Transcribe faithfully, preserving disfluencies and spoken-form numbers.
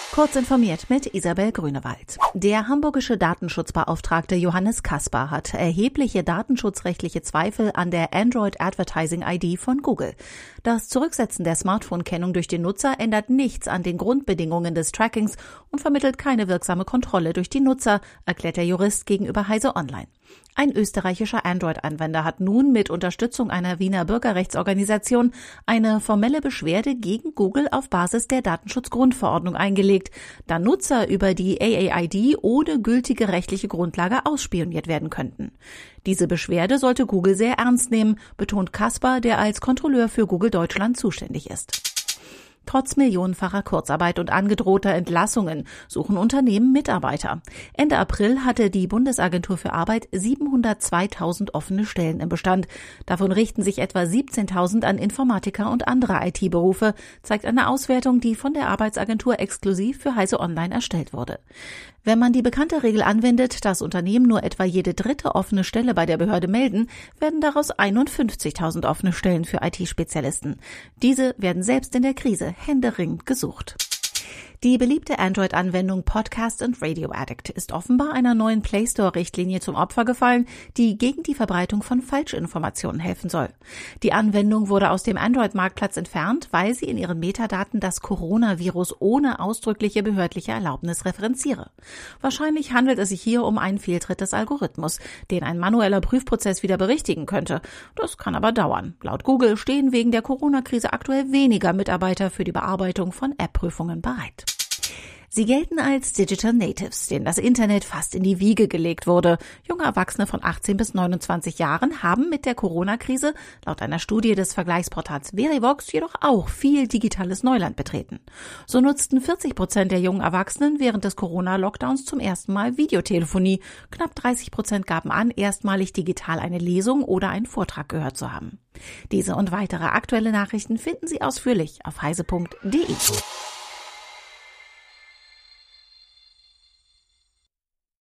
Kurz informiert mit Isabel Grünewald. Der hamburgische Datenschutzbeauftragte Johannes Kaspar hat erhebliche datenschutzrechtliche Zweifel an der Android Advertising I D von Google. Das Zurücksetzen der Smartphone-Kennung durch den Nutzer ändert nichts an den Grundbedingungen des Trackings und vermittelt keine wirksame Kontrolle durch die Nutzer, erklärt der Jurist gegenüber Heise Online. Ein österreichischer Android-Anwender hat nun mit Unterstützung einer Wiener Bürgerrechtsorganisation eine formelle Beschwerde gegen Google auf Basis der Datenschutzgrundverordnung eingelegt, da Nutzer über die A A I D ohne gültige rechtliche Grundlage ausspioniert werden könnten. Diese Beschwerde sollte Google sehr ernst nehmen, betont Kaspar, der als Kontrolleur für Google Deutschland zuständig ist. Trotz millionenfacher Kurzarbeit und angedrohter Entlassungen suchen Unternehmen Mitarbeiter. Ende April hatte die Bundesagentur für Arbeit siebenhundertzweitausend offene Stellen im Bestand. Davon richten sich etwa siebzehntausend an Informatiker und andere I T-Berufe, zeigt eine Auswertung, die von der Arbeitsagentur exklusiv für Heise Online erstellt wurde. Wenn man die bekannte Regel anwendet, dass Unternehmen nur etwa jede dritte offene Stelle bei der Behörde melden, werden daraus einundfünfzigtausend offene Stellen für I T-Spezialisten. Diese werden selbst in der Krise händeringend gesucht. Die beliebte Android-Anwendung Podcast and Radio Addict ist offenbar einer neuen Play Store-Richtlinie zum Opfer gefallen, die gegen die Verbreitung von Falschinformationen helfen soll. Die Anwendung wurde aus dem Android-Marktplatz entfernt, weil sie in ihren Metadaten das Coronavirus ohne ausdrückliche behördliche Erlaubnis referenziere. Wahrscheinlich handelt es sich hier um einen Fehltritt des Algorithmus, den ein manueller Prüfprozess wieder berichtigen könnte. Das kann aber dauern. Laut Google stehen wegen der Corona-Krise aktuell weniger Mitarbeiter für die Bearbeitung von App-Prüfungen bereit. Sie gelten als Digital Natives, denen das Internet fast in die Wiege gelegt wurde. Junge Erwachsene von achtzehn bis neunundzwanzig Jahren haben mit der Corona-Krise laut einer Studie des Vergleichsportals Verivox jedoch auch viel digitales Neuland betreten. So nutzten vierzig Prozent der jungen Erwachsenen während des Corona-Lockdowns zum ersten Mal Videotelefonie. Knapp dreißig Prozent gaben an, erstmalig digital eine Lesung oder einen Vortrag gehört zu haben. Diese und weitere aktuelle Nachrichten finden Sie ausführlich auf heise punkt de.